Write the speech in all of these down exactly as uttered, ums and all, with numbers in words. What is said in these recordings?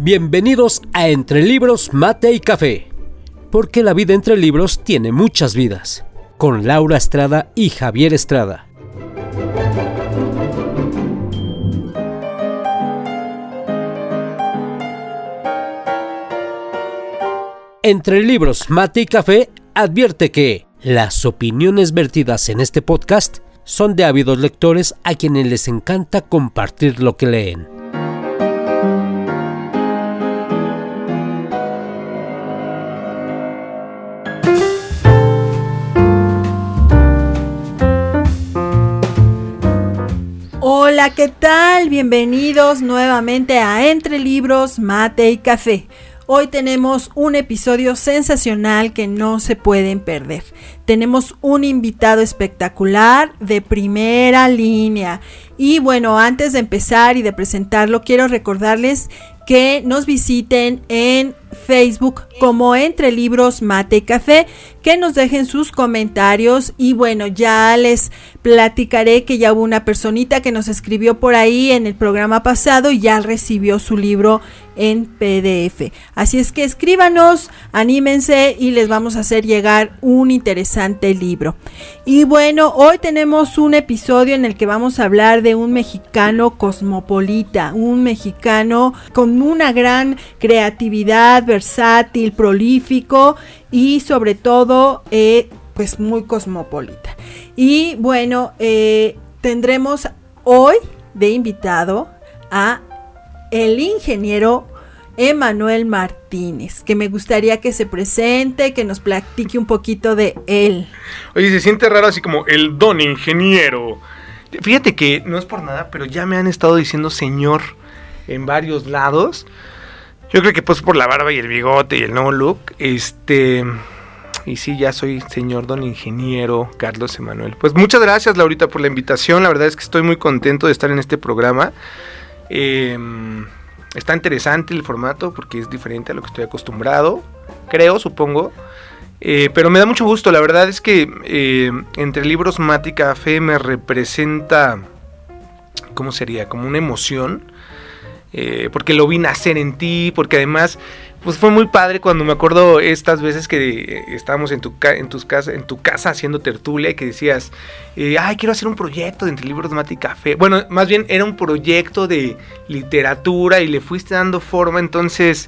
Bienvenidos a Entre Libros, Mate y Café, porque la vida entre libros tiene muchas vidas, con Laura Estrada y Javier Estrada. Entre Libros, Mate y Café advierte que las opiniones vertidas en este podcast son de ávidos lectores a quienes les encanta compartir lo que leen. Hola, ¿qué tal? Bienvenidos nuevamente a Entre Libros, Mate y Café. Hoy tenemos un episodio sensacional que no se pueden perder. Tenemos un invitado espectacular de primera línea. Y bueno, antes de empezar y de presentarlo, quiero recordarles que nos visiten en Facebook como Entre Libros, Mate y Café, que nos dejen sus comentarios y bueno, ya les platicaré que ya hubo una personita que nos escribió por ahí en el programa pasado y ya recibió su libro en P D F. Así es que escríbanos, anímense y les vamos a hacer llegar un interesante libro. Y bueno, hoy tenemos un episodio en el que vamos a hablar de un mexicano cosmopolita, un mexicano con una gran creatividad, versátil, prolífico y sobre todo eh, pues muy cosmopolita. Y bueno, eh, tendremos hoy de invitado a el ingeniero Emanuel Martínez, que me gustaría que se presente, que nos platique un poquito de él. Oye, se siente raro así como el don ingeniero. Fíjate que no es por nada, pero ya me han estado diciendo señor en varios lados. Yo creo que pues por la barba y el bigote y el nuevo look, este, y sí, ya soy señor don ingeniero Carlos Emanuel. Pues muchas gracias, Laurita, por la invitación. La verdad es que estoy muy contento de estar en este programa. Eh, está interesante el formato porque es diferente a lo que estoy acostumbrado, creo, supongo. Eh, pero me da mucho gusto. La verdad es que eh, Entre Libros, Mate y Café me representa, ¿cómo sería? Como una emoción. Eh, porque lo vi nacer en ti, porque además pues fue muy padre cuando me acuerdo estas veces que estábamos en tu, ca- en tus casa, en tu casa haciendo tertulia y que decías, eh, ay, quiero hacer un proyecto de Entre Libros, Mate y Café. Bueno, más bien era un proyecto de literatura y le fuiste dando forma, entonces,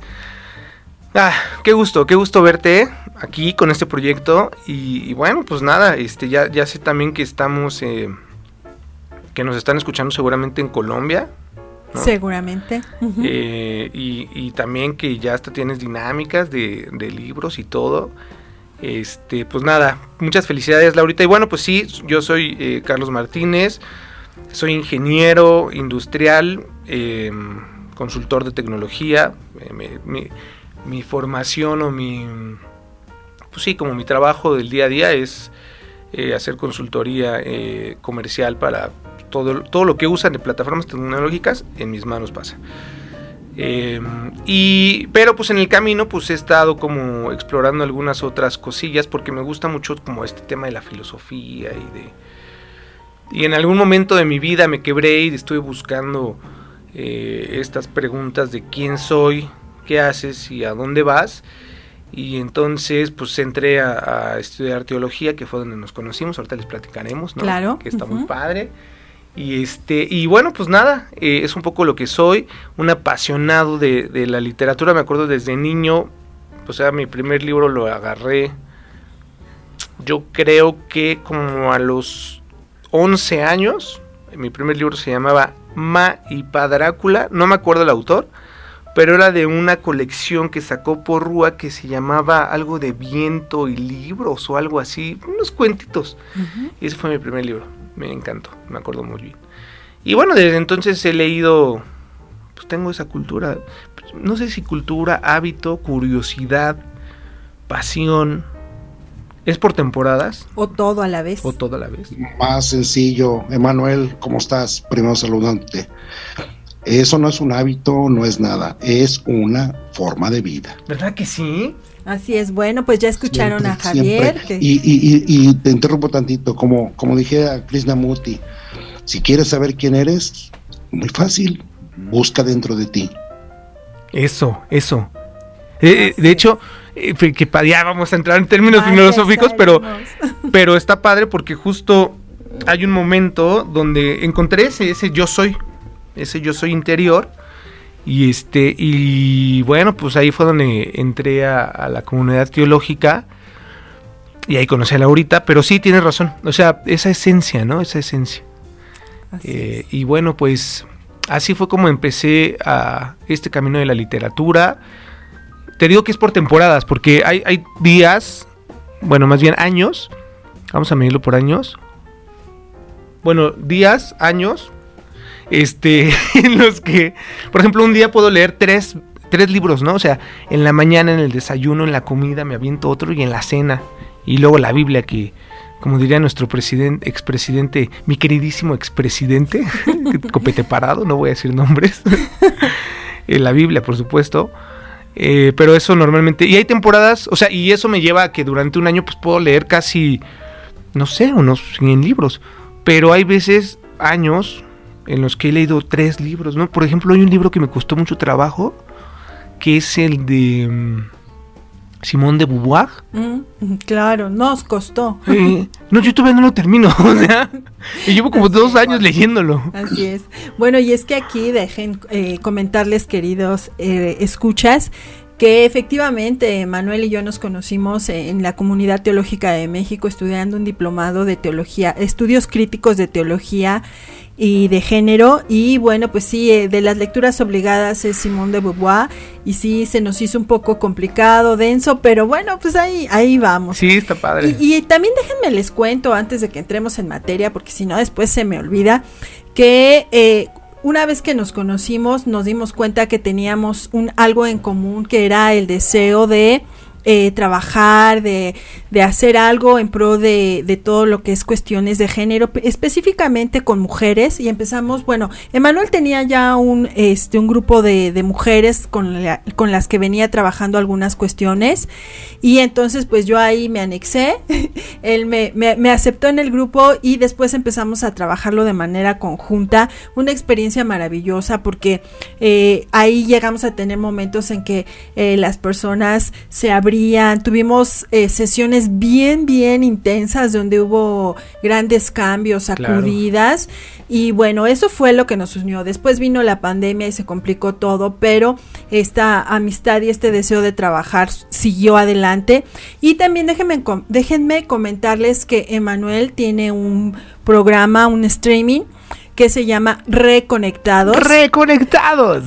ah, qué gusto, qué gusto verte aquí con este proyecto y, y bueno, pues nada, este, ya, ya sé también que estamos, eh, que nos están escuchando seguramente en Colombia, ¿no? Seguramente. Uh-huh. Eh, y, y también que ya hasta tienes dinámicas de, de libros y todo. Este, pues nada, muchas felicidades, Laurita. Y bueno, pues sí, yo soy eh, Carlos Martínez, soy ingeniero industrial, eh, consultor de tecnología. Eh, mi, mi, mi formación o mi, pues sí, como mi trabajo del día a día es eh, hacer consultoría eh, comercial para Todo, todo lo que usan de plataformas tecnológicas en mis manos pasa. Eh, y, pero pues en el camino pues he estado como explorando algunas otras cosillas porque me gusta mucho como este tema de la filosofía y de... Y en algún momento de mi vida me quebré y estuve buscando eh, estas preguntas de quién soy, qué haces y a dónde vas. Y entonces pues entré a, a estudiar teología, que fue donde nos conocimos, ahorita les platicaremos, ¿no? Claro. Que está uh-huh. muy padre. Y este y bueno, pues nada, eh, es un poco lo que soy, un apasionado de, de la literatura. Me acuerdo desde niño, o sea, mi primer libro lo agarré, yo creo que como a los once años. Mi primer libro se llamaba Ma y Pa Drácula, no me acuerdo el autor, pero era de una colección que sacó Porrúa que se llamaba algo de viento y libros o algo así, unos cuentitos. Uh-huh. Y ese fue mi primer libro. Me encantó, me acuerdo muy bien. Y bueno, desde entonces he leído, pues tengo esa cultura, no sé si cultura, hábito, curiosidad, pasión. ¿Es por temporadas? O todo a la vez. O todo a la vez. Más sencillo. Emanuel, ¿cómo estás? Primero saludándote. Eso no es un hábito, no es nada, es una forma de vida. ¿Verdad que sí? Así es, bueno, pues ya escucharon siempre, a Javier. Que... Y, y, y, y te interrumpo tantito, como, como dije a Krishnamurti, si quieres saber quién eres, muy fácil, busca dentro de ti. Eso, eso. Eh, de hecho, eh, que ya vamos a entrar en términos Ay, filosóficos, pero, sabemos. pero está padre porque justo hay un momento donde encontré ese, ese yo soy, ese yo soy interior. Y este, y bueno, pues ahí fue donde entré a, a la comunidad teológica y ahí conocí a Laurita, pero sí tienes razón, o sea, esa esencia, ¿no? Esa esencia. Eh, y bueno, pues así fue como empecé a este camino de la literatura. Te digo que es por temporadas, porque hay, hay días, bueno, más bien años, vamos a medirlo por años. Bueno, días, años. Este, en los que, por ejemplo, un día puedo leer tres, tres libros, ¿no? O sea, en la mañana, en el desayuno, en la comida, me aviento otro y en la cena. Y luego la Biblia que, como diría nuestro presidente, expresidente, mi queridísimo expresidente, copete parado, no voy a decir nombres. eh, la Biblia, por supuesto. Eh, pero eso normalmente, y hay temporadas, o sea, y eso me lleva a que durante un año pues puedo leer casi, no sé, unos cien libros. Pero hay veces, años... en los que he leído tres libros, ¿no? Por ejemplo, hay un libro que me costó mucho trabajo, que es el de um, Simone de Beauvoir. Mm, claro, nos costó. Eh, no, yo todavía no lo termino, o sea, y llevo como dos años leyéndolo. Así es. Bueno, y es que aquí dejen eh, comentarles, queridos eh, escuchas, que efectivamente Manuel y yo nos conocimos en la Comunidad Teológica de México estudiando un diplomado de teología, estudios críticos de teología y de género, y bueno, pues sí, eh, de las lecturas obligadas es Simone de Beauvoir, y sí, se nos hizo un poco complicado, denso, pero bueno, pues ahí, ahí vamos. Sí, está padre. Y, y también déjenme les cuento, antes de que entremos en materia, porque si no después se me olvida, que eh, una vez que nos conocimos, nos dimos cuenta que teníamos un algo en común, que era el deseo de eh, trabajar, de, de hacer algo en pro de, de todo lo que es cuestiones de género, específicamente con mujeres, y empezamos, bueno, Emanuel tenía ya un, este, un grupo de, de mujeres con, la, con las que venía trabajando algunas cuestiones, y entonces pues yo ahí me anexé, él me, me, me aceptó en el grupo, y después empezamos a trabajarlo de manera conjunta, una experiencia maravillosa, porque eh, ahí llegamos a tener momentos en que eh, las personas se abrían. Tuvimos eh, sesiones bien, bien intensas donde hubo grandes cambios, sacudidas, claro. Y bueno, eso fue lo que nos unió. Después vino la pandemia y se complicó todo, pero esta amistad y este deseo de trabajar siguió adelante. Y también déjenme, déjenme comentarles que Emanuel tiene un programa, un streaming, que se llama Reconectados. ¡Reconectados!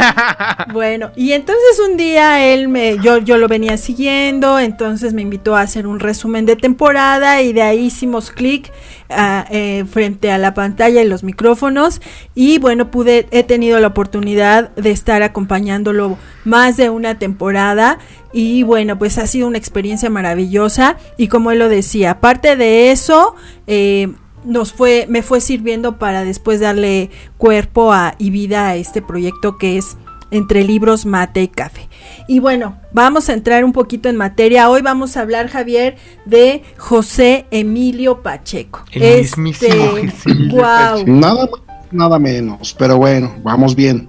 Bueno, y entonces un día él me, yo, yo lo venía siguiendo, entonces me invitó a hacer un resumen de temporada, y de ahí hicimos clic uh, eh, frente a la pantalla y los micrófonos, y bueno, pude, he tenido la oportunidad de estar acompañándolo más de una temporada, y bueno, pues ha sido una experiencia maravillosa, y como él lo decía, aparte de eso, eh, nos fue, me fue sirviendo para después darle cuerpo a, y vida a este proyecto que es Entre Libros, Mate y Café. Y bueno, vamos a entrar un poquito en materia. Hoy vamos a hablar, Javier, de José Emilio Pacheco. El este, mismísimo José Emilio wow. Pacheco. Nada, nada menos, pero bueno, vamos bien.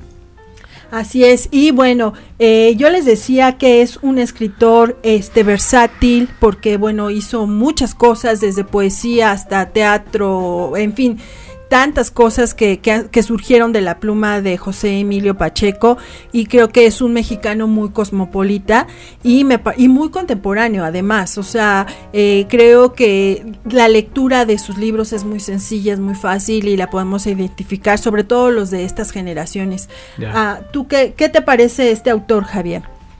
Así es, y bueno, eh, yo les decía que es un escritor este versátil, porque bueno, hizo muchas cosas, desde poesía hasta teatro, en fin, tantas cosas que, que, que surgieron de la pluma de José Emilio Pacheco, y creo que es un mexicano muy cosmopolita y, me, y muy contemporáneo además, o sea, eh, creo que la lectura de sus libros es muy sencilla, es muy fácil y la podemos identificar, sobre todo los de estas generaciones. Yeah. Ah, ¿tú qué, qué te parece este autor, Javier?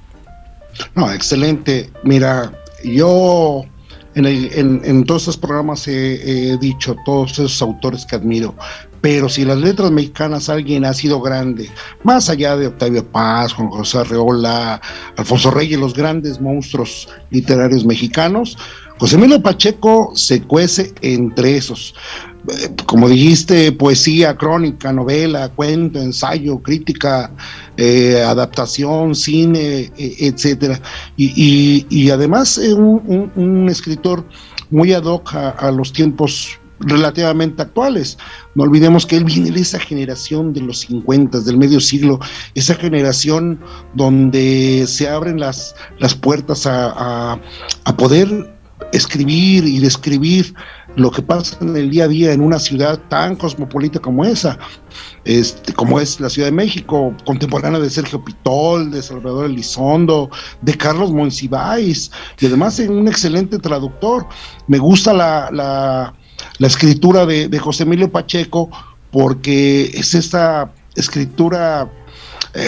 No, excelente. Mira, yo... En, el, en, en todos estos programas he, he dicho todos esos autores que admiro, pero si las letras mexicanas alguien ha sido grande, más allá de Octavio Paz, Juan José Arreola, Alfonso Reyes, los grandes monstruos literarios mexicanos, José Emilio Pacheco se cuece entre esos. Como dijiste, poesía, crónica, novela, cuento, ensayo, crítica, eh, adaptación, cine, eh, etcétera. Y, y, y además eh, un, un, un escritor muy ad hoc a, a los tiempos relativamente actuales. No olvidemos que él viene de esa generación de los cincuenta, del medio siglo, esa generación donde se abren las, las puertas a, a, a poder escribir y describir lo que pasa en el día a día en una ciudad tan cosmopolita como esa, este, como es la Ciudad de México, contemporánea de Sergio Pitol, de Salvador Elizondo, de Carlos Monsiváis, y además es un excelente traductor. Me gusta la, la, la escritura de, de José Emilio Pacheco, porque es esta escritura eh,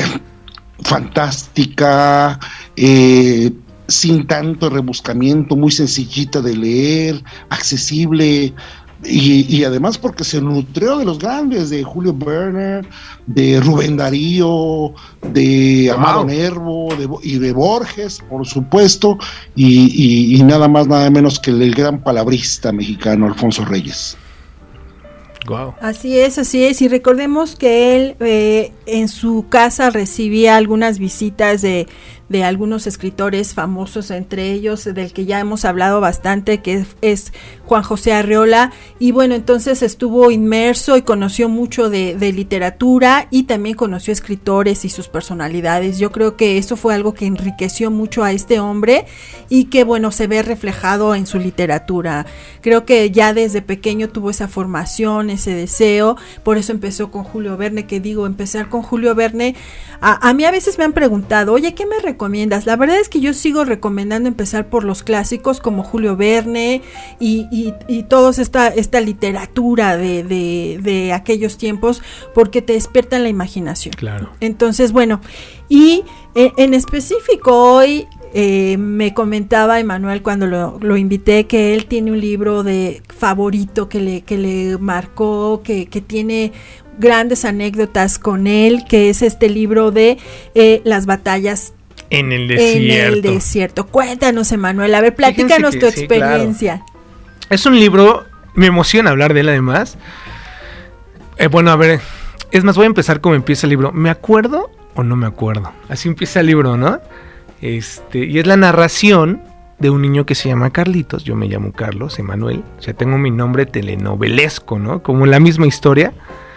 fantástica, eh, sin tanto rebuscamiento, muy sencillita de leer, accesible, y, y además porque se nutrió de los grandes, de Julio Verne, de Rubén Darío, de wow. Amado Nervo, de, y de Borges, por supuesto, y, y, y nada más, nada menos que el, el gran palabrista mexicano Alfonso Reyes. Wow. Así es, así es, y recordemos que él eh, en su casa recibía algunas visitas de, de algunos escritores famosos, entre ellos del que ya hemos hablado bastante, que es, es Juan José Arreola, y bueno, entonces estuvo inmerso y conoció mucho de, de literatura, y también conoció escritores y sus personalidades. Yo creo que eso fue algo que enriqueció mucho a este hombre, y que bueno, se ve reflejado en su literatura. Creo que ya desde pequeño tuvo esa formación, ese deseo, por eso empezó con Julio Verne, que digo, empezar con Julio Verne, a, a mí a veces me han preguntado, oye, ¿qué me recomiendas? La verdad es que yo sigo recomendando empezar por los clásicos como Julio Verne y, y, y toda esta, esta literatura de, de, de aquellos tiempos, porque te despiertan la imaginación. Claro. Entonces, bueno, y eh, en específico hoy, Eh, me comentaba Emanuel cuando lo, lo invité, que él tiene un libro de favorito que le, que le marcó, que, que tiene grandes anécdotas con él, que es este libro de eh, las batallas en el desierto. En el desierto. Cuéntanos, Emanuel, a ver, platícanos que, tu sí, experiencia. Claro. Es un libro, me emociona hablar de él además. Eh, bueno, a ver, es más, voy a empezar como empieza el libro. ¿Me acuerdo o no me acuerdo? Así empieza el libro, ¿no? Este, y es la narración de un niño que se llama Carlitos. Yo me llamo Carlos Emanuel, o sea, tengo mi nombre telenovelesco, ¿no? Como la misma historia.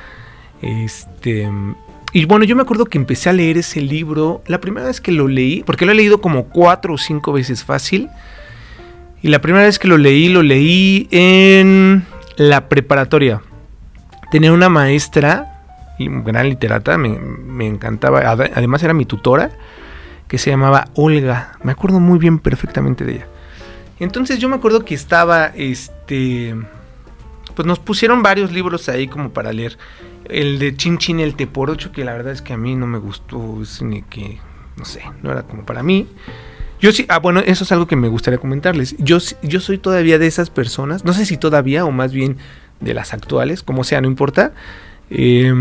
Este, y bueno, yo me acuerdo que empecé a leer ese libro la primera vez que lo leí, porque lo he leído como cuatro o cinco veces fácil. Y la primera vez que lo leí, lo leí en la preparatoria. Tenía una maestra, gran literata, me, me encantaba, además era mi tutora, que se llamaba Olga. Me acuerdo muy bien, perfectamente de ella. Entonces yo me acuerdo que estaba, este, pues nos pusieron varios libros ahí como para leer. El de Chin Chin el Teporocho, que la verdad es que a mí no me gustó, es ni que, no sé, no era como para mí. Yo sí, ah, bueno, eso es algo que me gustaría comentarles. Yo, yo soy todavía de esas personas, no sé si todavía o más bien de las actuales, como sea, no importa. Eh,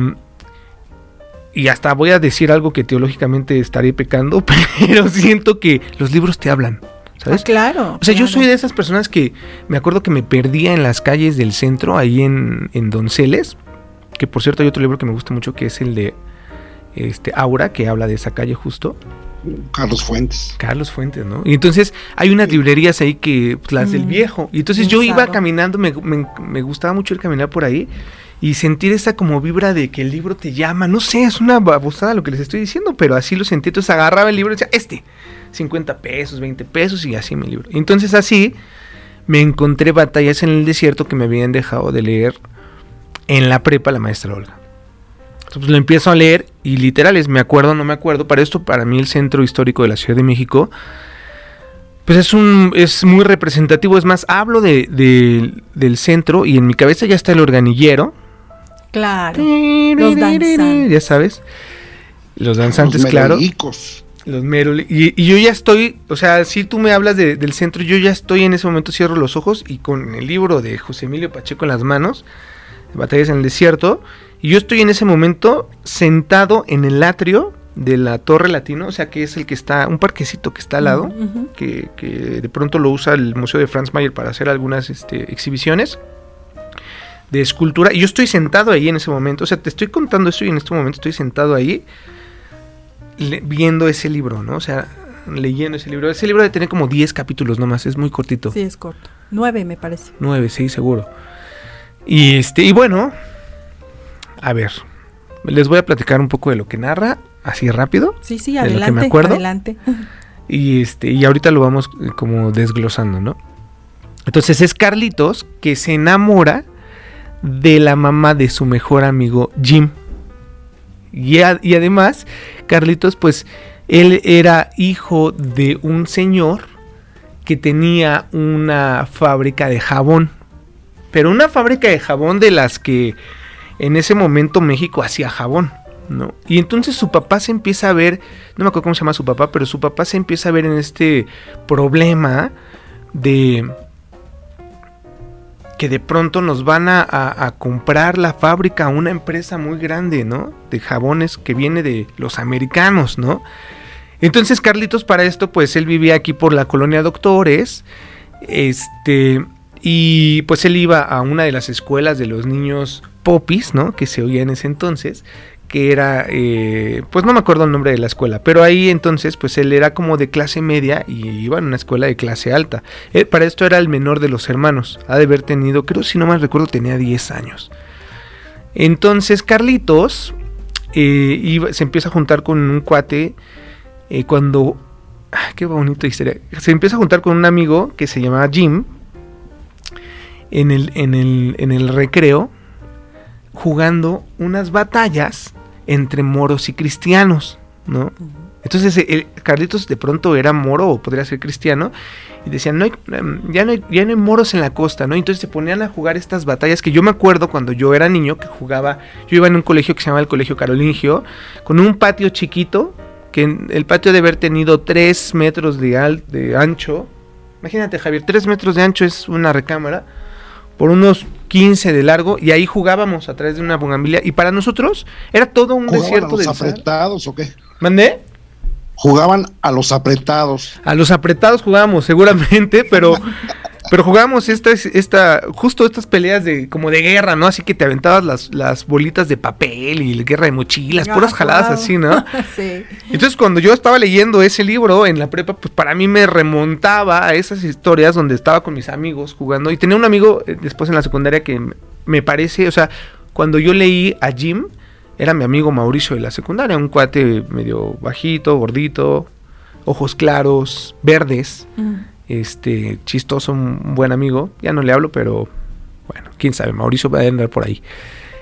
Y hasta voy a decir algo que teológicamente estaré pecando, pero siento que los libros te hablan, ¿sabes? Ah, claro. O sea, claro. yo soy de esas personas que me acuerdo que me perdía en las calles del centro, ahí en, en Donceles, que por cierto hay otro libro que me gusta mucho, que es el de este Aura, que habla de esa calle justo. Carlos Fuentes. Carlos Fuentes, ¿no? Y entonces hay unas librerías ahí que, pues, las mm, del viejo. Y entonces yo iba caminando, me, me, me gustaba mucho ir caminar por ahí y sentir esa como vibra de que el libro te llama. No sé, es una babosada lo que les estoy diciendo, pero así lo sentí. Entonces agarraba el libro y decía, este, cincuenta pesos, veinte pesos, y así mi libro. Entonces así me encontré Batallas en el Desierto, que me habían dejado de leer en la prepa la maestra Olga. Entonces lo empiezo a leer y literal es, me acuerdo, no me acuerdo. Para esto, para mí el centro histórico de la Ciudad de México, pues es un es muy representativo. Es más, hablo de, de del centro y en mi cabeza ya está el organillero. Claro. Los danzantes. Ya sabes. Los danzantes, los claro. Merolicos. Los merolicos. Y, y yo ya estoy, o sea, si tú me hablas de, del centro, yo ya estoy en ese momento, cierro los ojos y con el libro de José Emilio Pacheco en las manos, Batallas en el Desierto, y yo estoy en ese momento sentado en el atrio de la Torre Latino, o sea, que es el que está, un parquecito que está al lado, uh-huh. que, que de pronto lo usa el Museo de Franz Mayer para hacer algunas este, exhibiciones de escultura, y yo estoy sentado ahí en ese momento, o sea, te estoy contando esto y en este momento estoy sentado ahí le, viendo ese libro, ¿no? O sea, leyendo ese libro. Ese libro debe tener como diez capítulos nomás, es muy cortito. Sí, es corto. Nueve, me parece. Nueve, sí, seguro. Y este, y bueno, a ver, les voy a platicar un poco de lo que narra, así rápido. Sí, sí, de adelante, lo que me acuerdo. adelante. Y este, y ahorita lo vamos eh, como desglosando, ¿no? Entonces es Carlitos que se enamora de la mamá de su mejor amigo Jim. Y, a, y además, Carlitos, pues, él era hijo de un señor que tenía una fábrica de jabón. Pero una fábrica de jabón de las que en ese momento México hacía jabón, ¿no? Y entonces su papá se empieza a ver, no me acuerdo cómo se llama su papá, pero su papá se empieza a ver en este problema de que de pronto nos van a, a, a comprar la fábrica a una empresa muy grande, ¿no? De jabones que viene de los americanos, ¿no? Entonces Carlitos, para esto, pues él vivía aquí por la colonia Doctores, este, y pues él iba a una de las escuelas de los niños popis, ¿no? Que se oía en ese entonces, que era, eh, pues no me acuerdo el nombre de la escuela, pero ahí entonces pues él era como de clase media y iba en una escuela de clase alta. Él, para esto era el menor de los hermanos, ha de haber tenido, creo si no mal recuerdo tenía diez años. Entonces Carlitos eh, iba, se empieza a juntar con un cuate eh, cuando, ah, qué bonita historia, se empieza a juntar con un amigo que se llamaba Jim en el, en el, en el recreo, jugando unas batallas entre moros y cristianos, ¿no? Uh-huh. Entonces el Carlitos de pronto era moro o podría ser cristiano y decían, no hay, ya, no hay, ya no hay moros en la costa, ¿no? Entonces se ponían a jugar estas batallas que yo me acuerdo cuando yo era niño que jugaba, yo iba en un colegio que se llamaba el Colegio Carolingio, con un patio chiquito, que el patio debe haber tenido tres metros de, al, de ancho. Imagínate, Javier, tres metros de ancho es una recámara, por unos quince de largo, y ahí jugábamos a través de una bugambilia, y para nosotros era todo un desierto de ¿Jugaban a los apretados o qué? ¿Mandé? Jugaban a los apretados. A los apretados jugábamos seguramente, pero pero jugábamos esta, esta, justo estas peleas de como de guerra, ¿no? Así que te aventabas las, las bolitas de papel y la guerra de mochilas, oh, puras jaladas wow. así, ¿no? Sí. Entonces cuando yo estaba leyendo ese libro en la prepa, pues para mí me remontaba a esas historias donde estaba con mis amigos jugando. Y tenía un amigo eh, después en la secundaria que me parece, o sea, cuando yo leí a Jim, era mi amigo Mauricio de la secundaria, un cuate medio bajito, gordito, ojos claros, verdes, mm. este, chistoso, un buen amigo. Ya no le hablo, pero bueno, quién sabe, Mauricio va a andar por ahí.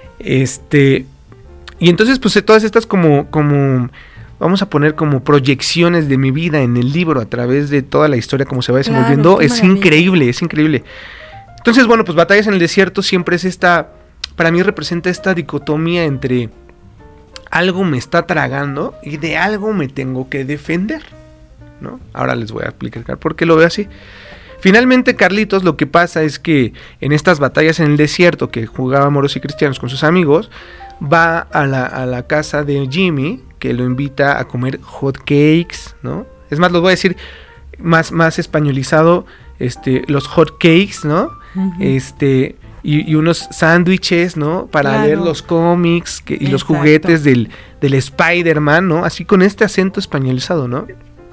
Este, y entonces pues todas estas como, como, vamos a poner como proyecciones de mi vida en el libro a través de toda la historia, como se va desenvolviendo, claro, es increíble, es increíble. Entonces, bueno, pues Batallas en el Desierto siempre es esta, para mí representa esta dicotomía entre algo me está tragando y de algo me tengo que defender, ¿no? Ahora les voy a explicar por qué lo veo así. Finalmente, Carlitos, lo que pasa es que en estas batallas en el desierto que jugaba moros y cristianos con sus amigos, va a la, a la casa de Jimmy, que lo invita a comer hot cakes, ¿no? Es más, los voy a decir más, más españolizado, este, los hot cakes, ¿no? Uh-huh. Este... Y, y unos sándwiches, ¿no? Para claro. leer los cómics que, y Exacto. los juguetes del, del Spider-Man, ¿no? Así con este acento españolizado, ¿no?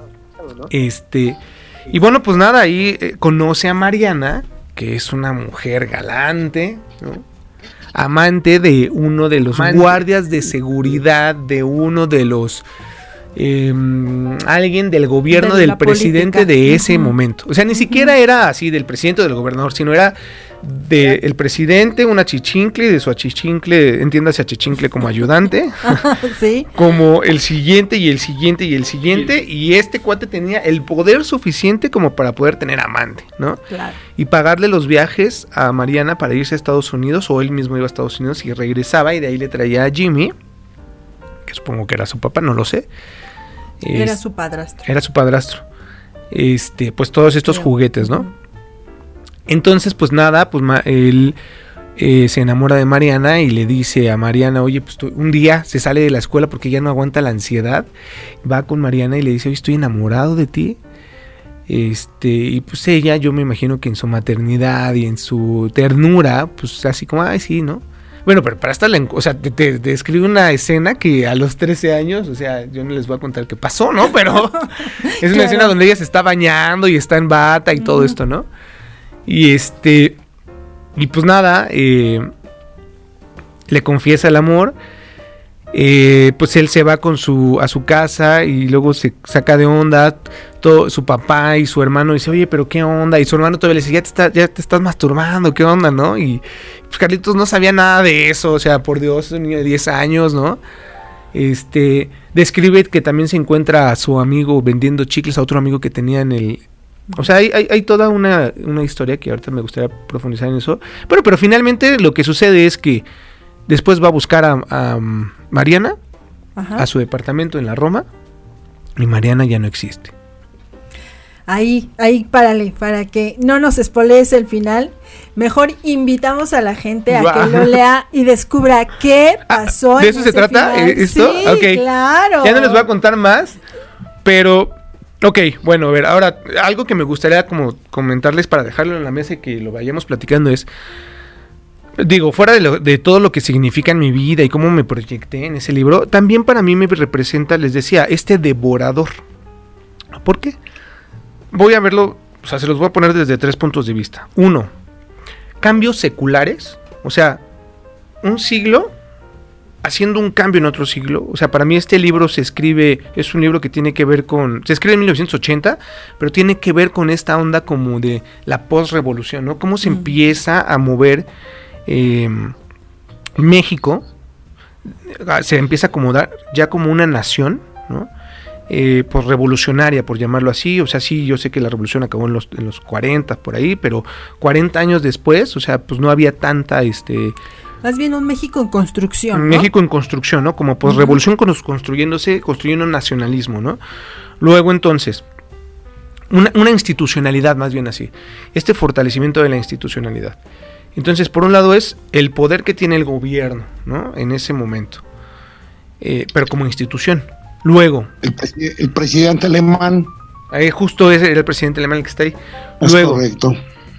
Este, y bueno, pues nada, ahí eh, conoce a Mariana, que es una mujer galante, ¿no? Amante de uno de los Amante. guardias de seguridad, de uno de los... Eh, alguien del gobierno de del presidente política. de ese uh-huh. momento. O sea, ni uh-huh. siquiera era así del presidente o del gobernador, sino era del de presidente, una achichincle, de su achichincle, entiéndase achichincle como ayudante, ¿sí? Como el siguiente y el siguiente y el siguiente, sí. Y este cuate tenía el poder suficiente como para poder tener amante, ¿no? Claro. Y pagarle los viajes a Mariana para irse a Estados Unidos, o él mismo iba a Estados Unidos y regresaba, y de ahí le traía a Jimmy, que supongo que era su papá, no lo sé. Era es, su padrastro. Era su padrastro. Este, pues todos estos Pero, juguetes, ¿no? Uh-huh. Entonces, pues nada, pues ma- él eh, se enamora de Mariana y le dice a Mariana, oye, pues tú, un día se sale de la escuela porque ya no aguanta la ansiedad. Va con Mariana y le dice, oye, estoy enamorado de ti. Este, y pues ella, yo me imagino que en su maternidad y en su ternura, pues así como, ay, sí, ¿no? Bueno, pero para esta, o sea, te, te, te escribe una escena que a los trece años, o sea, yo no les voy a contar qué pasó, ¿no? Pero es una claro. escena donde ella se está bañando y está en bata y uh-huh. todo esto, ¿no? Y este, y pues nada, eh, le confiesa el amor. Eh, pues él se va con su a su casa y luego se saca de onda. Todo, su papá y su hermano dice, oye, pero qué onda, y su hermano todavía le dice, ya te, está, ya te estás masturbando, qué onda, ¿no? Y pues Carlitos no sabía nada de eso, o sea, por Dios, es un niño de diez años, ¿no? Este, describe que también se encuentra a su amigo vendiendo chicles, a otro amigo que tenía en el... O sea, hay, hay, hay toda una, una historia que ahorita me gustaría profundizar en eso. Pero, pero finalmente lo que sucede es que después va a buscar a, a Mariana, ajá, a su departamento en la Roma, y Mariana ya no existe. Ahí, ahí, párale, para que no nos spoilees el final. Mejor invitamos a la gente a wow. que lo lea y descubra qué pasó. Ah, ¿de eso se trata? Final. ¿Esto? Sí, okay. Claro. Ya no les voy a contar más, pero... Ok, bueno, a ver, ahora, algo que me gustaría como comentarles para dejarlo en la mesa y que lo vayamos platicando es... Digo, fuera de, lo, de todo lo que significa en mi vida y cómo me proyecté en ese libro, también para mí me representa, les decía, este devorador. ¿Por qué? Voy a verlo, o sea, se los voy a poner desde tres puntos de vista. Uno, cambios seculares, o sea, un siglo haciendo un cambio en otro siglo. O sea, para mí este libro se escribe, es un libro que tiene que ver con, se escribe en mil novecientos ochenta, pero tiene que ver con esta onda como de la post-revolución, ¿no? Cómo se mm. empieza a mover eh, México, se empieza a acomodar ya como una nación, ¿no? Eh, pues revolucionaria, por llamarlo así. O sea, sí, yo sé que la revolución acabó en los, en los cuarenta, por ahí, pero cuarenta años después, o sea, pues no había tanta, este... Más bien un México en construcción, ¿no? México en construcción, ¿no? Como pues uh-huh. revolución con los construyéndose, construyendo un nacionalismo, ¿no? Luego, entonces, una, una institucionalidad, más bien así, este fortalecimiento de la institucionalidad. Entonces, por un lado es el poder que tiene el gobierno, ¿no? En ese momento, eh, pero como institución. Luego, el, presi- el presidente alemán. Eh, justo ese era el presidente alemán el que está ahí. Es Luego, correcto.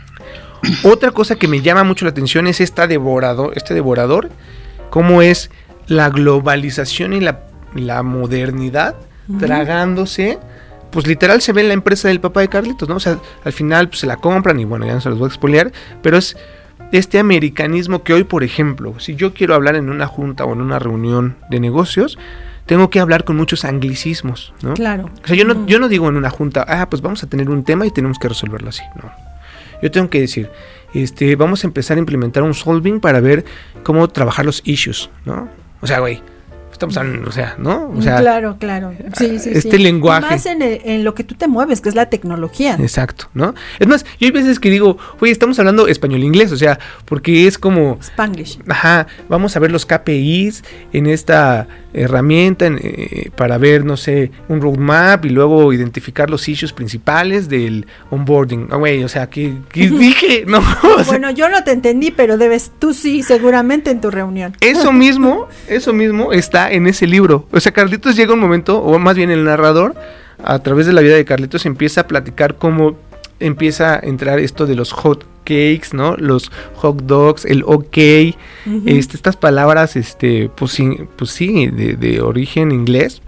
Otra cosa que me llama mucho la atención es esta devorador, este devorador, cómo es la globalización y la, la modernidad uh-huh. tragándose, pues literal se ve en la empresa del papá de Carlitos, ¿no? O sea, al final pues, se la compran y bueno, ya no se los voy a expoliar, pero es este americanismo que hoy, por ejemplo, si yo quiero hablar en una junta o en una reunión de negocios, tengo que hablar con muchos anglicismos, ¿no? Claro. O sea, yo no, yo no digo en una junta, ah, pues vamos a tener un tema y tenemos que resolverlo así, no. Yo tengo que decir, este, vamos a empezar a implementar un solving para ver cómo trabajar los issues, ¿no? O sea, güey, estamos hablando, o sea, ¿no? O sea, claro, claro. Sí, sí, este sí. lenguaje. Y más en, el, en lo que tú te mueves, que es la tecnología. Exacto, ¿no? Es más, yo hay veces que digo, oye, estamos hablando español-inglés, o sea, porque es como... Spanglish. Ajá, vamos a ver los K P Is en esta herramienta en, eh, para ver, no sé, un roadmap y luego identificar los issues principales del onboarding. Ah, güey, o sea, ¿qué, qué dije? No, o sea, bueno, yo no te entendí, pero debes, tú sí, seguramente en tu reunión. Eso mismo, eso mismo está en ese libro. O sea, Carlitos llega un momento, o más bien el narrador, a través de la vida de Carlitos, empieza a platicar cómo empieza a entrar esto de los hot cakes, ¿no? Los hot dogs, el ok, uh-huh. este, estas palabras, este, pues sí, pues sí de, de origen inglés,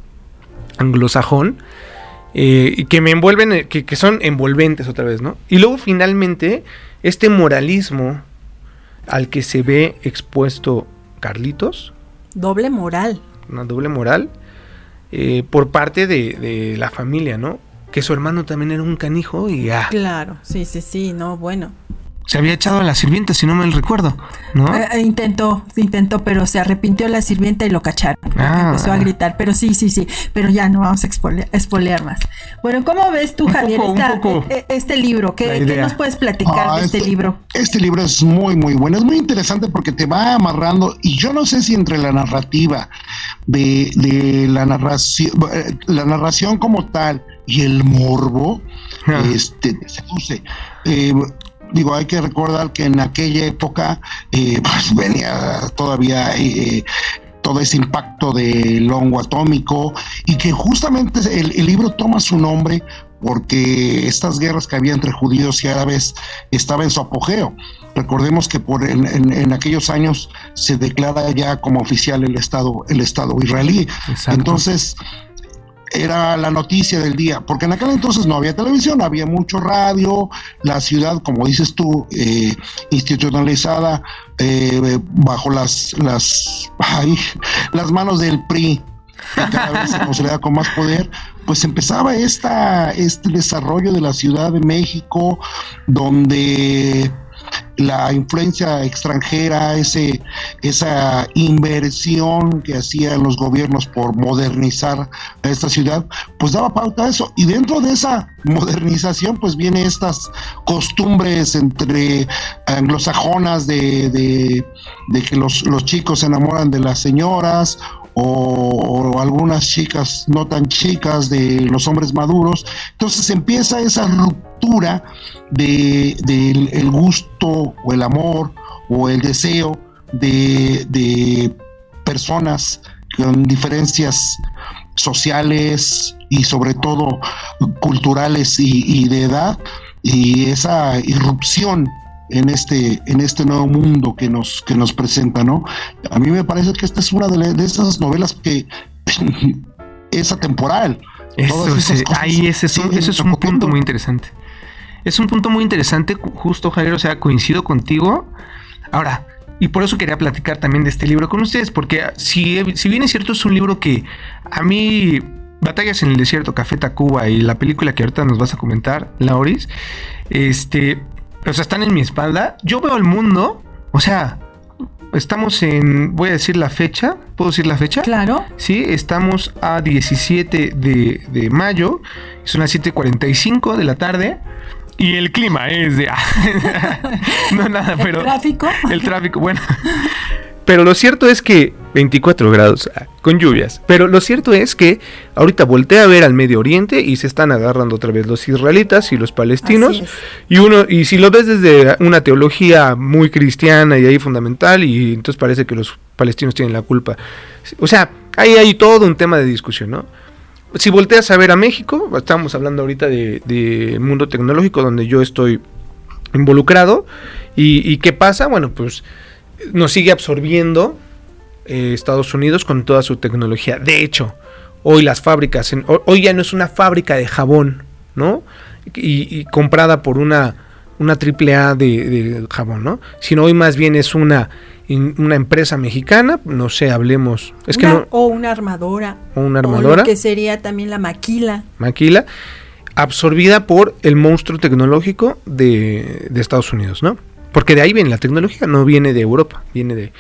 anglosajón, eh, que me envuelven, que, que son envolventes otra vez, ¿no? Y luego finalmente, este moralismo al que se ve expuesto Carlitos. Doble moral. Una doble moral, eh, por parte de, de la familia, ¿no? Que su hermano también era un canijo y ah. Claro, sí, sí, sí, no, bueno. Se había echado a la sirvienta, si no me recuerdo, ¿no? Eh, intentó, intentó, pero se arrepintió la sirvienta y lo cacharon. Ah, empezó a gritar, pero sí, sí, sí, pero ya no vamos a expolear, expolear más. Bueno, ¿cómo ves tú, Javier, poco, esta, un poco eh, este libro? ¿Qué, ¿Qué nos puedes platicar ah, de este, este libro? Este libro es muy, muy bueno, es muy interesante porque te va amarrando, y yo no sé si entre la narrativa de, de la narración, la narración como tal y el morbo, ah. este, te seduce. Eh, Digo, hay que recordar que en aquella época eh, pues venía todavía eh, todo ese impacto del hongo atómico y que justamente el, el libro toma su nombre porque estas guerras que había entre judíos y árabes estaba en su apogeo. Recordemos que por en, en, en aquellos años se declara ya como oficial el Estado, el Estado israelí. Exacto. Entonces, era la noticia del día, porque en aquel entonces no había televisión, había mucho radio, la ciudad, como dices tú, eh, institucionalizada eh, bajo las las ay, las manos del P R I, que cada vez se consolida con más poder, pues empezaba esta este desarrollo de la Ciudad de México, donde la influencia extranjera, ese, esa inversión que hacían los gobiernos por modernizar a esta ciudad, pues daba pauta a eso. Y dentro de esa modernización, pues vienen estas costumbres entre anglosajonas de, de, de que los, los chicos se enamoran de las señoras, o, o algunas chicas no tan chicas de los hombres maduros. Entonces empieza esa ruptura de, de el, el gusto o el amor o el deseo de, de personas con diferencias sociales y sobre todo culturales y, y de edad, y esa irrupción en este en este nuevo mundo que nos que nos presenta, ¿no? A mí me parece que esta es una de, la, de esas novelas que es atemporal. Eso, sí, ahí ese es un, ese es un punto muy interesante. Es un punto muy interesante, justo, Javier, o sea, coincido contigo. Ahora, y por eso quería platicar también de este libro con ustedes, porque si, si bien es cierto, es un libro que a mí, Batallas en el Desierto, Café Tacuba y la película que ahorita nos vas a comentar, Lauris, este... o sea, están en mi espalda. Yo veo el mundo, o sea, estamos en, voy a decir la fecha, ¿puedo decir la fecha? Claro. Sí, estamos a diecisiete de, de mayo, son las siete cuarenta y cinco de la tarde, y el clima es de... no, nada, pero... ¿El tráfico? El tráfico, bueno... Pero lo cierto es que veinticuatro grados con lluvias. Pero lo cierto es que ahorita voltea a ver al Medio Oriente y se están agarrando otra vez los israelitas y los palestinos. Y uno y si lo ves desde una teología muy cristiana y ahí fundamental, y entonces parece que los palestinos tienen la culpa. O sea, ahí hay todo un tema de discusión, ¿no? Si volteas a ver a México, estamos hablando ahorita de, de mundo tecnológico donde yo estoy involucrado. ¿Y, y qué pasa? Bueno, pues nos sigue absorbiendo eh, Estados Unidos con toda su tecnología. De hecho, hoy las fábricas, en, hoy ya no es una fábrica de jabón, ¿no? Y, y comprada por una una triple A de, de jabón, ¿no? Sino hoy más bien es una una empresa mexicana, no sé, hablemos, es una, que no, o una armadora, o una armadora, o lo que sería también la maquila, maquila, absorbida por el monstruo tecnológico de, de Estados Unidos, ¿no? Porque de ahí viene la tecnología, no viene de Europa, viene de...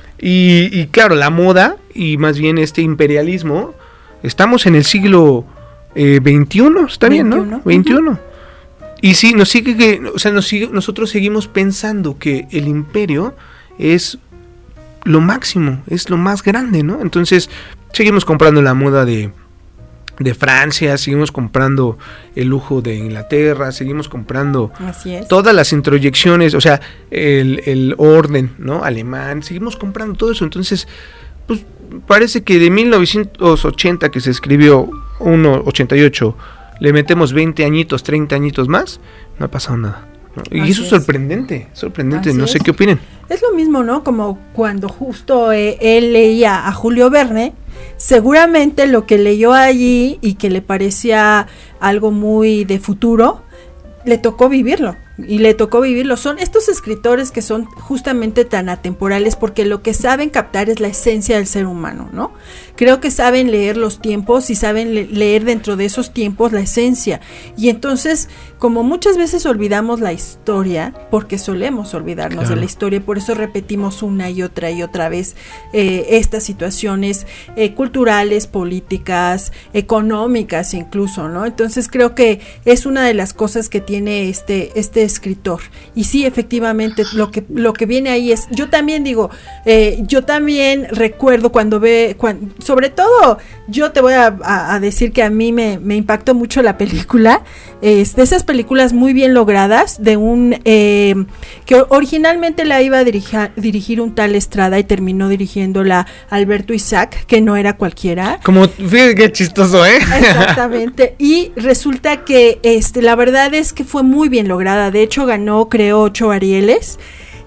Y, y claro, la moda y más bien este imperialismo, estamos en el siglo eh, veintiuno, está bien, ¿no? veintiuno. Uh-huh. Y sí, nos sigue que, o sea, nos sigue, nosotros seguimos pensando que el imperio es lo máximo, es lo más grande, ¿no? Entonces, seguimos comprando la moda de... de Francia, seguimos comprando el lujo de Inglaterra, seguimos comprando todas las introyecciones, o sea, el, el orden, ¿no? Alemán, seguimos comprando todo eso. Entonces, pues parece que de mil novecientos ochenta que se escribió, uno ochenta y ocho, le metemos veinte añitos, treinta añitos más, no ha pasado nada, ¿no? Y Así eso es sorprendente, sorprendente, Así no sé es. qué opinen. Es lo mismo, ¿no? Como cuando justo eh, él leía a Julio Verne, seguramente lo que leyó allí y que le parecía algo muy de futuro, le tocó vivirlo. Y le tocó vivirlo. Son estos escritores que son justamente tan atemporales porque lo que saben captar es la esencia del ser humano, ¿no? Creo que saben leer los tiempos y saben le- leer dentro de esos tiempos la esencia. Y entonces, como muchas veces olvidamos la historia, porque solemos olvidarnos claro. de la historia, por eso repetimos una y otra y otra vez eh, estas situaciones eh, culturales, políticas, económicas incluso, ¿no? Entonces creo que es una de las cosas que tiene este, este escritor. Y sí, efectivamente, lo que lo que viene ahí es, yo también digo, eh, yo también recuerdo cuando ve, cuando, sobre todo, yo te voy a, a, a decir que a mí me, me impactó mucho la película, eh, de esas películas muy bien logradas, de un, eh, que originalmente la iba a dirija, dirigir un tal Estrada y terminó dirigiéndola Alberto Isaac, que no era cualquiera. Como, fíjate qué chistoso, ¿eh? Exactamente, y resulta que, este, la verdad es que fue muy bien lograda. De hecho ganó creo ocho Arieles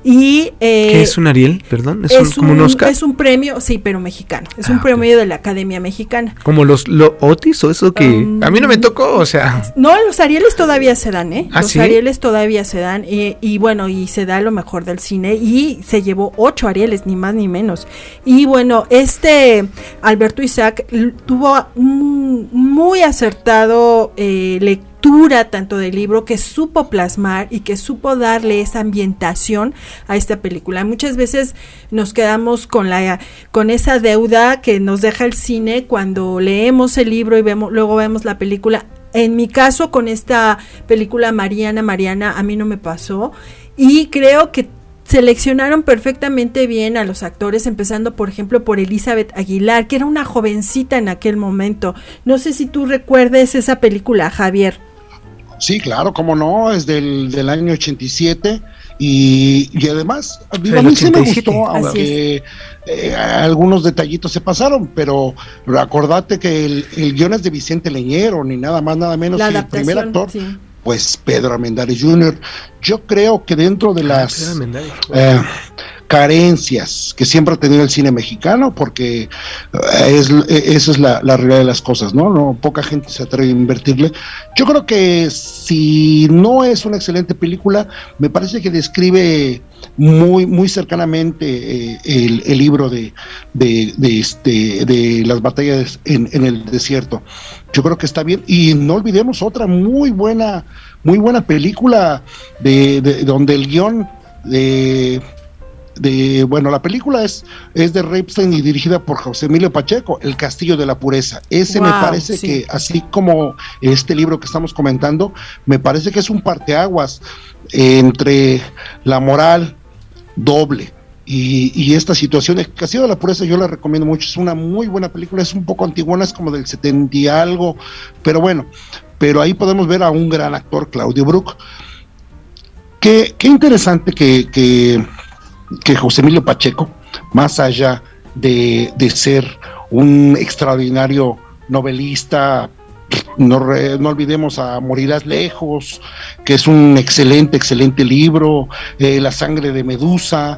Y, eh, ¿qué es un Ariel? Perdón, ¿es, es un, como un Oscar? Es un premio, sí, pero mexicano. Es un ah, premio okay. de la Academia Mexicana. ¿Como los lo Otis o eso que um, a mí no me tocó? O sea... No, los Arieles todavía se dan, ¿eh? ¿Ah, los sí? Arieles todavía se dan. Y, y bueno, y se da lo mejor del cine. Y se llevó ocho Arieles, ni más ni menos. Y bueno, este Alberto Isaac tuvo un muy acertado eh, lectura tanto del libro, que supo plasmar y que supo darle esa ambientación a esta película. Muchas veces nos quedamos con la con esa deuda que nos deja el cine cuando leemos el libro y vemos luego vemos la película. En mi caso, con esta película Mariana, Mariana, a mí no me pasó, y creo que seleccionaron perfectamente bien a los actores, empezando por ejemplo por Elizabeth Aguilar, que era una jovencita en aquel momento. No sé si tú recuerdes esa película, Javier. Sí, claro, cómo no, es del, del año ochenta y siete y, y además a mí, a mí sí me gustó, aunque eh, algunos detallitos se pasaron, pero acordate que el, el guion es de Vicente Leñero, ni nada más, nada menos, que el primer actor, sí. Pues Pedro Armendáriz junior Yo creo que dentro de las eh, carencias que siempre ha tenido el cine mexicano, porque es, esa es la, la realidad de las cosas, ¿no? No, poca gente se atreve a invertirle. Yo creo que si no es una excelente película, me parece que describe muy muy cercanamente eh, el, el libro de, de, de, este, de las batallas en, en el desierto. Yo creo que está bien, y no olvidemos otra muy buena muy buena película de, de donde el guión de de bueno la película es es de Repstein y dirigida por José Emilio Pacheco, El Castillo de la Pureza. Ese wow, me parece sí. que así como este libro que estamos comentando, me parece que es un parteaguas entre la moral doble y, y esta situación. El Castillo de la Pureza yo la recomiendo mucho, es una muy buena película, es un poco antigua, es como del setenta y algo, pero bueno, pero ahí podemos ver a un gran actor, Claudio Brook. Qué, qué interesante que, que, que José Emilio Pacheco, más allá de, de ser un extraordinario novelista, no, re, no olvidemos a Morirás Lejos, que es un excelente, excelente libro, eh, La Sangre de Medusa,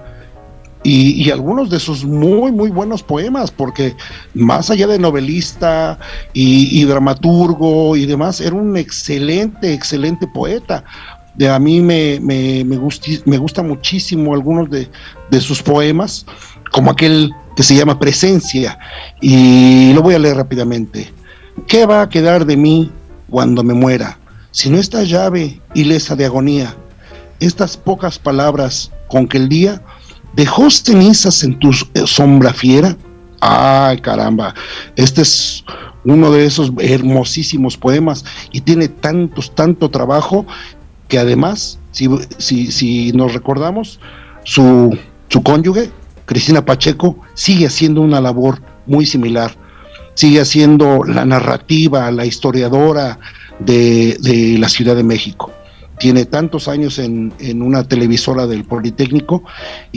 y, y algunos de sus muy, muy buenos poemas, porque más allá de novelista y, y dramaturgo y demás, era un excelente, excelente poeta. De, a mí me, me, me, gusti, me gusta muchísimo algunos de, de sus poemas, como aquel que se llama Presencia, y lo voy a leer rápidamente. ¿Qué va a quedar de mí cuando me muera, si no esta llave ilesa de agonía, estas pocas palabras con que el día dejó cenizas en tu sombra fiera? Ay, caramba, este es uno de esos hermosísimos poemas y tiene tantos, tanto trabajo, que además, si, si, si nos recordamos, su, su cónyuge, Cristina Pacheco, sigue haciendo una labor muy similar, sigue haciendo la narrativa, la historiadora de, de la Ciudad de México. Tiene tantos años en, en una televisora del Politécnico,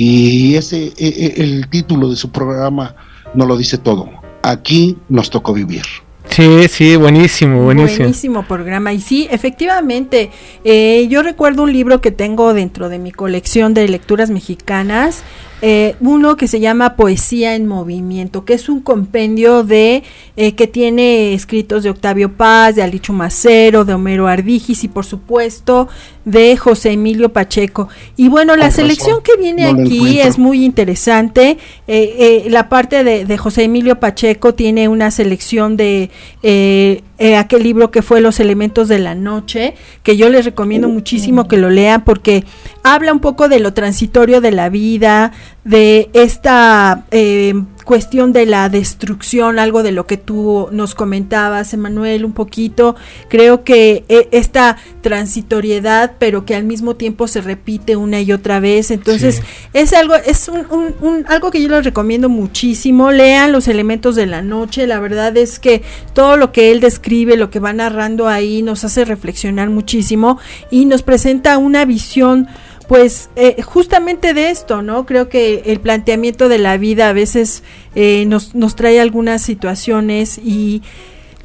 y ese el título de su programa nos lo dice todo. Aquí nos tocó vivir. Sí, sí, buenísimo, buenísimo. Buenísimo programa. Y sí, efectivamente, eh, yo recuerdo un libro que tengo dentro de mi colección de lecturas mexicanas, eh, uno que se llama Poesía en Movimiento, que es un compendio de eh, que tiene escritos de Octavio Paz, de Alichu Macero, de Homero Ardijis y por supuesto de José Emilio Pacheco. Y bueno, la selección que viene no aquí es muy interesante. Eh, eh, la parte de, de José Emilio Pacheco tiene una selección de eh, eh, aquel libro que fue Los Elementos de la Noche, que yo les recomiendo muchísimo que lo lean, porque habla un poco de lo transitorio de la vida, de esta eh, cuestión de la destrucción, algo de lo que tú nos comentabas, Emanuel, un poquito. Creo que eh, esta transitoriedad, pero que al mismo tiempo se repite una y otra vez, entonces sí. es algo, es un, un, un algo que yo les recomiendo muchísimo. Lean Los Elementos de la Noche. La verdad es que todo lo que él describe, lo que va narrando ahí, nos hace reflexionar muchísimo y nos presenta una visión, pues eh, justamente de esto, ¿no? Creo que el planteamiento de la vida a veces eh, nos, nos trae algunas situaciones, y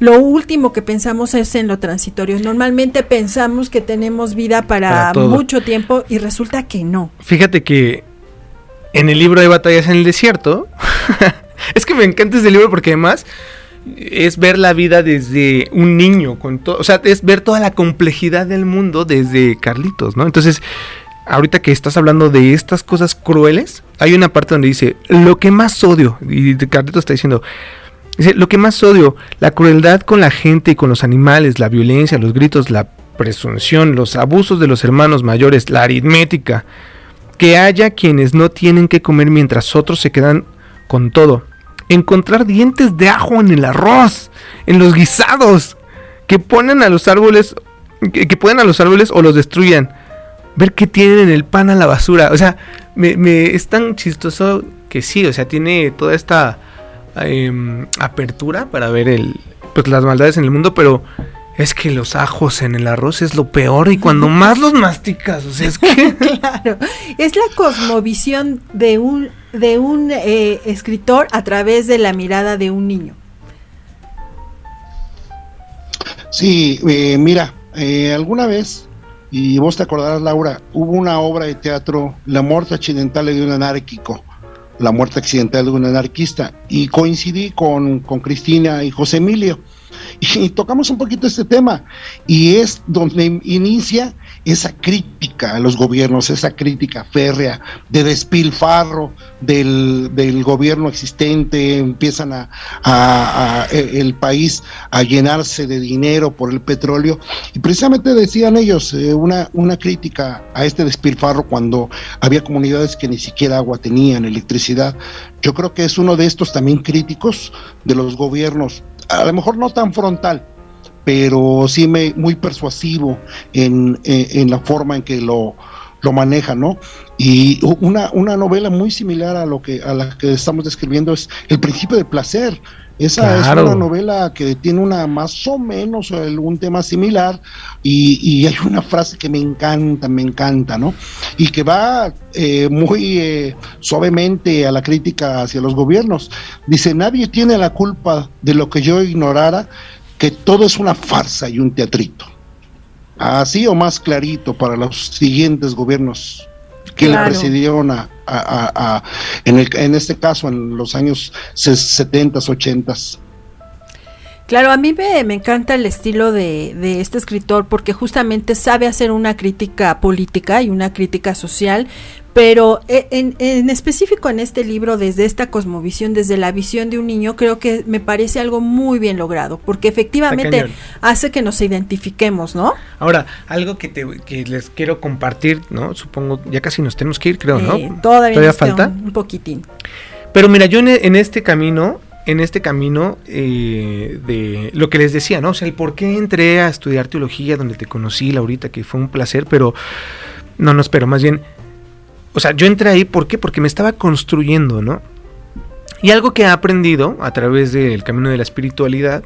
lo último que pensamos es en lo transitorio. Normalmente pensamos que tenemos vida para, para mucho tiempo y resulta que no. Fíjate que en el libro de Batallas en el Desierto, es que me encanta ese libro porque además es ver la vida desde un niño, con todo, o sea, es ver toda la complejidad del mundo desde Carlitos, ¿no? Entonces, ahorita que estás hablando de estas cosas crueles, hay una parte donde dice, lo que más odio, y Carlitos está diciendo, dice, lo que más odio, la crueldad con la gente y con los animales, la violencia, los gritos, la presunción, los abusos de los hermanos mayores, la aritmética, que haya quienes no tienen que comer mientras otros se quedan con todo. Encontrar dientes de ajo en el arroz, en los guisados, que ponen a los árboles, que, que ponen a los árboles o los destruyan. Ver qué tienen en el pan a la basura. O sea, me, me es tan chistoso que sí, o sea, tiene toda esta eh, apertura para ver el, pues las maldades en el mundo, pero es que los ajos en el arroz es lo peor y cuando más los masticas, o sea, es que... Claro, es la cosmovisión de un, de un eh, escritor a través de la mirada de un niño. Sí, eh, mira, eh, alguna vez, y vos te acordarás, Laura, hubo una obra de teatro, La muerte accidental de un anárquico, La muerte accidental de un anarquista, y coincidí con, con Cristina y José Emilio, y tocamos un poquito este tema, y es donde inicia esa crítica a los gobiernos, esa crítica férrea de despilfarro del, del gobierno existente. Empiezan a, a, a el país a llenarse de dinero por el petróleo, y precisamente decían ellos eh, una, una crítica a este despilfarro cuando había comunidades que ni siquiera agua tenían, electricidad. Yo creo que es uno de estos también críticos de los gobiernos, a lo mejor no tan frontal, pero sí me, muy persuasivo en, en, en la forma en que lo, lo maneja, ¿no? Y una, una novela muy similar a lo que a la que estamos describiendo es El principio del placer. Esa claro. Es una novela que tiene una más o menos un tema similar, y, y hay una frase que me encanta, me encanta, ¿no? Y que va eh, muy eh, suavemente a la crítica hacia los gobiernos. Dice, nadie tiene la culpa de lo que yo ignorara, que todo es una farsa y un teatrito. Así o más clarito para los siguientes gobiernos que claro. le precedieron a, a, a, a en, el, en este caso en los años setentas, ochentas. Claro, a mí me, me encanta el estilo de, de este escritor porque justamente sabe hacer una crítica política y una crítica social, pero en, en específico en este libro, desde esta cosmovisión, desde la visión de un niño, creo que me parece algo muy bien logrado, porque efectivamente hace que nos identifiquemos, ¿no? Ahora, algo que, te, que les quiero compartir, ¿no? Supongo, ya casi nos tenemos que ir, creo, ¿no? Eh, todavía ¿Todavía falta? Un, un poquitín. Pero mira, yo en, en este camino... en este camino eh, de lo que les decía, ¿no? O sea, el por qué entré a estudiar teología, donde te conocí, Laurita, que fue un placer, pero no, no, espero, más bien, o sea, yo entré ahí, ¿por qué? Porque me estaba construyendo, ¿no? Y algo que he aprendido a través del camino de la espiritualidad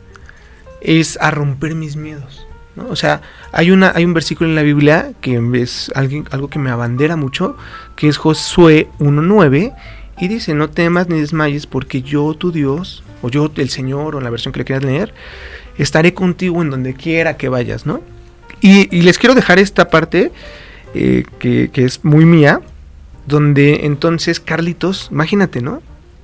es a romper mis miedos, ¿no? O sea, hay una hay un versículo en la Biblia que es alguien, algo que me abandera mucho, que es Josué uno nueve, y dice, no temas ni desmayes, porque yo, tu Dios, o yo, el Señor, o la versión que le quieras leer, estaré contigo en donde quiera que vayas, ¿no? Y, y les quiero dejar esta parte, eh, que, que es muy mía, donde entonces Carlitos, imagínate, ¿no?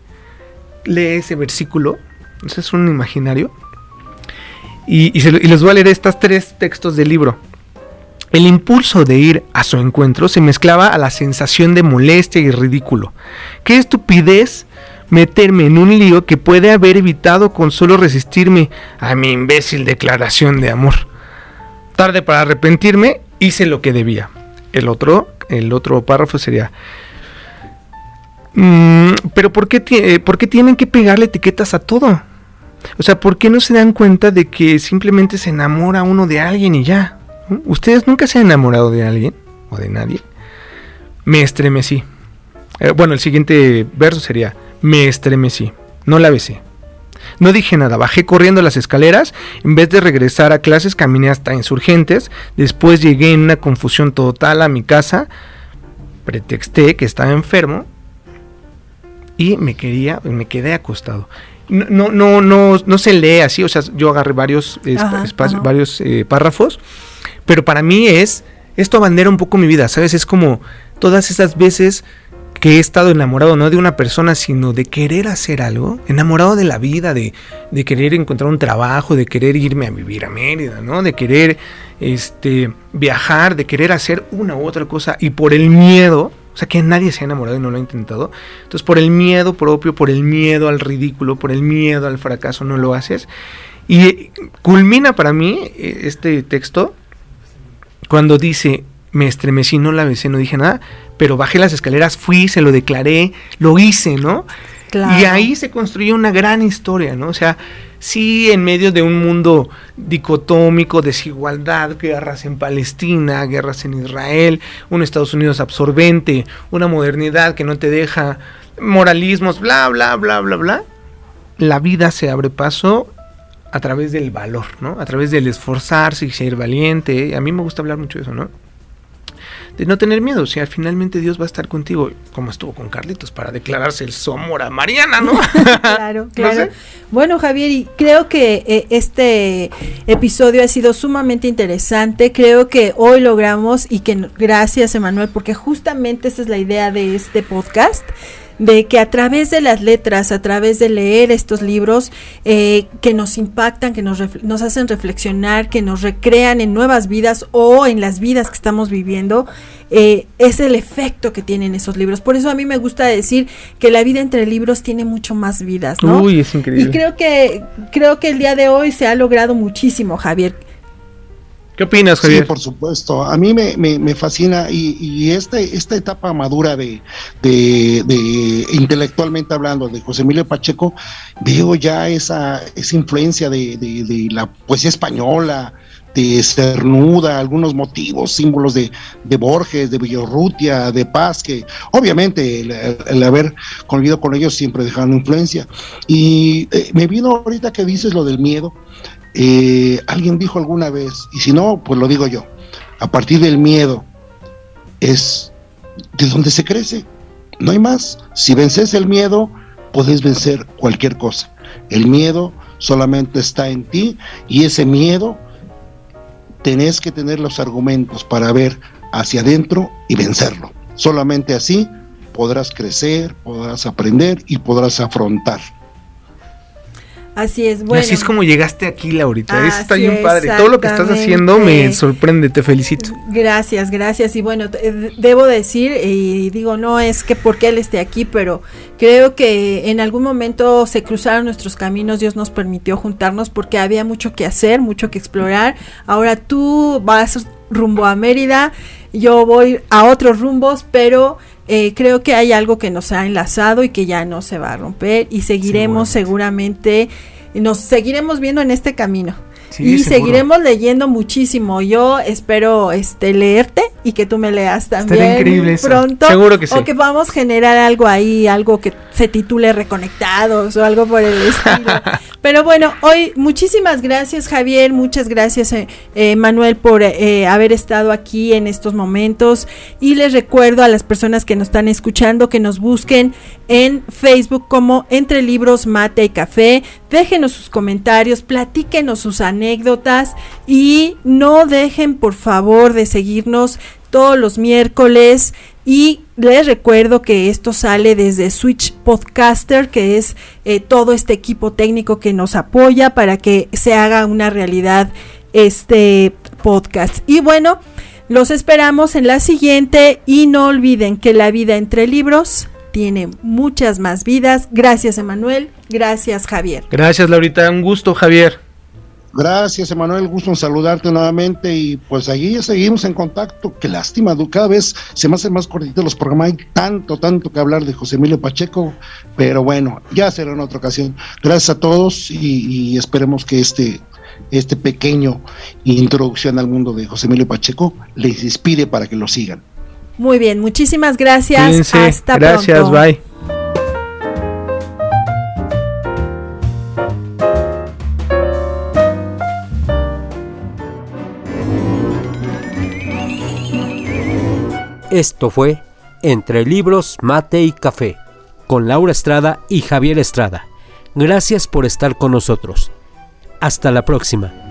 Lee ese versículo, ese es un imaginario, y, y, se, y les voy a leer estos tres textos del libro. El impulso de ir a su encuentro se mezclaba a la sensación de molestia y ridículo. ¡Qué estupidez meterme en un lío que puede haber evitado con solo resistirme a mi imbécil declaración de amor! Tarde para arrepentirme, hice lo que debía. El otro, el otro párrafo sería... Mmm, pero ¿por qué, t- ¿por qué tienen que pegarle etiquetas a todo? O sea, ¿por qué no se dan cuenta de que simplemente se enamora uno de alguien y ya? ¿Ustedes nunca se han enamorado de alguien o de nadie? Me estremecí. Eh, bueno, el siguiente verso sería: me estremecí, no la besé. No dije nada, bajé corriendo las escaleras. En vez de regresar a clases, caminé hasta Insurgentes. Después llegué en una confusión total a mi casa. Pretexté que estaba enfermo y me quería, me quedé acostado. no, no, no, no se lee así, o sea, yo agarré varios, Ajá, espacios, ajá. varios eh, párrafos, pero para mí es, esto abandera un poco mi vida, ¿sabes? Es como todas esas veces que he estado enamorado, no de una persona, sino de querer hacer algo, enamorado de la vida, de, de querer encontrar un trabajo, de querer irme a vivir a Mérida, ¿no? De querer este, viajar, de querer hacer una u otra cosa, y por el miedo, o sea, que nadie se ha enamorado y no lo ha intentado, entonces por el miedo propio, por el miedo al ridículo, por el miedo al fracaso, no lo haces. Y culmina para mí este texto cuando dice: me estremecí, no la besé, no dije nada, pero bajé las escaleras, fui, se lo declaré, lo hice, ¿no? Claro. Y ahí se construye una gran historia, ¿no? O sea, sí, en medio de un mundo dicotómico, desigualdad, guerras en Palestina, guerras en Israel, un Estados Unidos absorbente, una modernidad que no te deja, moralismos, bla, bla, bla, bla, bla, la vida se abre paso a través del valor, ¿no? A través del esforzarse y ser valiente. A mí me gusta hablar mucho de eso, ¿no? De no tener miedo, o sea, finalmente Dios va a estar contigo, como estuvo con Carlitos para declararse el Somora Mariana, ¿no? Claro, claro. No sé. Bueno, Javier, y creo que eh, este episodio ha sido sumamente interesante. Creo que hoy logramos, y que gracias, Emanuel, porque justamente esa es la idea de este podcast, de que a través de las letras, a través de leer estos libros eh, que nos impactan, que nos, ref- nos hacen reflexionar, que nos recrean en nuevas vidas o en las vidas que estamos viviendo, eh, es el efecto que tienen esos libros. Por eso a mí me gusta decir que la vida entre libros tiene mucho más vidas, ¿no? Uy, es increíble. Y creo que, creo que el día de hoy se ha logrado muchísimo, Javier. ¿Qué opinas, Javier? Sí, por supuesto. A mí me, me, me fascina y, y este, esta etapa madura de, de, de intelectualmente hablando de José Emilio Pacheco, veo ya esa, esa influencia de, de, de la poesía española, de Cernuda, algunos motivos, símbolos de, de Borges, de Villarrutia, de Paz, que obviamente el, el haber convivido con ellos siempre dejaron influencia. Y eh, me vino ahorita que dices lo del miedo. Eh, alguien dijo alguna vez, y si no, pues lo digo yo, a partir del miedo es de donde se crece, no hay más. Si vences el miedo, puedes vencer cualquier cosa. El miedo solamente está en ti, y ese miedo tenés que tener los argumentos para ver hacia adentro y vencerlo. Solamente así podrás crecer, podrás aprender y podrás afrontar. Así es, Y bueno. así es como llegaste aquí, Laurita. Eso está Así bien es, padre. Todo lo que estás haciendo me sorprende, te felicito. Gracias, gracias. Y bueno, te- debo decir, y digo, no es que porque él esté aquí, pero creo que en algún momento se cruzaron nuestros caminos, Dios nos permitió juntarnos porque había mucho que hacer, mucho que explorar. Ahora tú vas rumbo a Mérida, yo voy a otros rumbos, pero eh, creo que hay algo que nos ha enlazado y que ya no se va a romper, y seguiremos seguramente, nos seguiremos viendo en este camino. Sí, y seguro. seguiremos leyendo muchísimo. Yo espero este leerte y que tú me leas también. Estaría increíble eso. Pronto. Seguro que sí. O que podamos generar algo ahí, algo que se titule Reconectados o algo por el estilo. Pero bueno, hoy muchísimas gracias, Javier, muchas gracias eh, eh, Manuel por eh, haber estado aquí en estos momentos, y les recuerdo a las personas que nos están escuchando que nos busquen en Facebook como Entre Libros, Mate y Café. Déjenos sus comentarios, platíquenos sus anécdotas y no dejen por favor de seguirnos todos los miércoles. Y les recuerdo que esto sale desde Switch Podcaster, que es eh, todo este equipo técnico que nos apoya para que se haga una realidad este podcast. Y bueno, los esperamos en la siguiente, y no olviden que la vida entre libros tiene muchas más vidas. Gracias, Emanuel. Gracias, Javier. Gracias, Laurita. Un gusto, Javier. Gracias, Emanuel, gusto en saludarte nuevamente, y pues allí seguimos en contacto. Qué lástima, cada vez se me hacen más cortitos los programas, hay tanto, tanto que hablar de José Emilio Pacheco, pero bueno, ya será en otra ocasión. Gracias a todos, y, y esperemos que este, este pequeño introducción al mundo de José Emilio Pacheco les inspire para que lo sigan. Muy bien, muchísimas gracias. Cuídense. Hasta Gracias, pronto. bye. Esto fue Entre Libros, Mate y Café, con Laura Estrada y Javier Estrada. Gracias por estar con nosotros. Hasta la próxima.